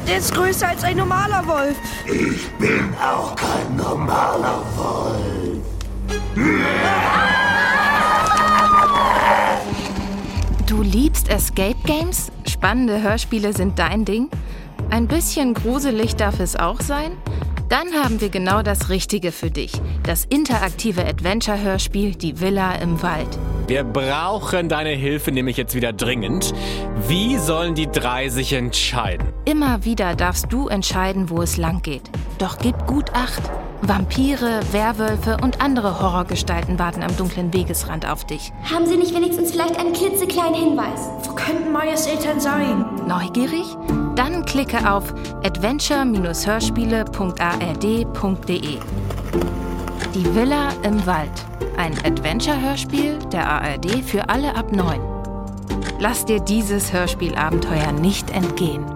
Der ist größer als ein normaler Wolf. Ich bin auch kein normaler Wolf. Du liebst Escape Games? Spannende Hörspiele sind dein Ding? Ein bisschen gruselig darf es auch sein? Dann haben wir genau das Richtige für dich. Das interaktive Adventure-Hörspiel Die Villa im Wald. Wir brauchen deine Hilfe nämlich jetzt wieder dringend. Wie sollen die drei sich entscheiden? Immer wieder darfst du entscheiden, wo es lang geht. Doch gib gut Acht. Vampire, Werwölfe und andere Horrorgestalten warten am dunklen Wegesrand auf dich. Haben Sie nicht wenigstens vielleicht einen klitzekleinen Hinweis? Wo könnten Mayas Eltern sein? Neugierig? Dann klicke auf adventure-hörspiele.ard.de. Die Villa im Wald. Ein Adventure-Hörspiel der ARD für alle ab 9. Lass dir dieses Hörspielabenteuer nicht entgehen.